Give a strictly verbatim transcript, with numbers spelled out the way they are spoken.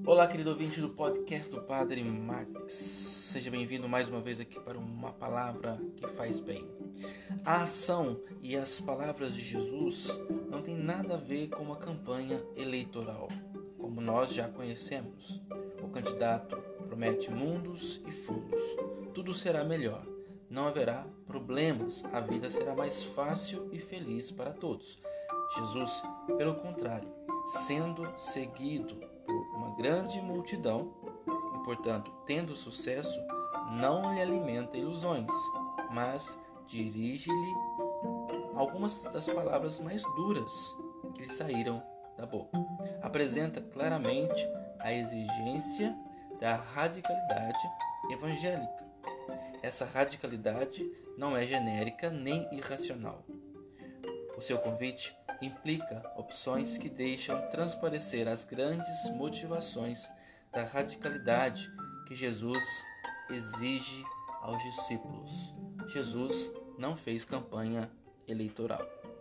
Olá, querido ouvinte do podcast do Padre Max. Seja bem-vindo mais uma vez aqui para uma palavra que faz bem. A ação e as palavras de Jesus não têm nada a ver com uma campanha eleitoral, como nós já conhecemos. O candidato promete mundos e fundos. Tudo será melhor. Não haverá problemas. A vida será mais fácil e feliz para todos. Jesus, pelo contrário, sendo seguido por uma grande multidão e, portanto, tendo sucesso, não lhe alimenta ilusões, mas dirige-lhe algumas das palavras mais duras que lhe saíram da boca. Apresenta claramente a exigência da radicalidade evangélica. Essa radicalidade não é genérica nem irracional. O seu convite implica opções que deixam transparecer as grandes motivações da radicalidade que Jesus exige aos discípulos. Jesus não fez campanha eleitoral.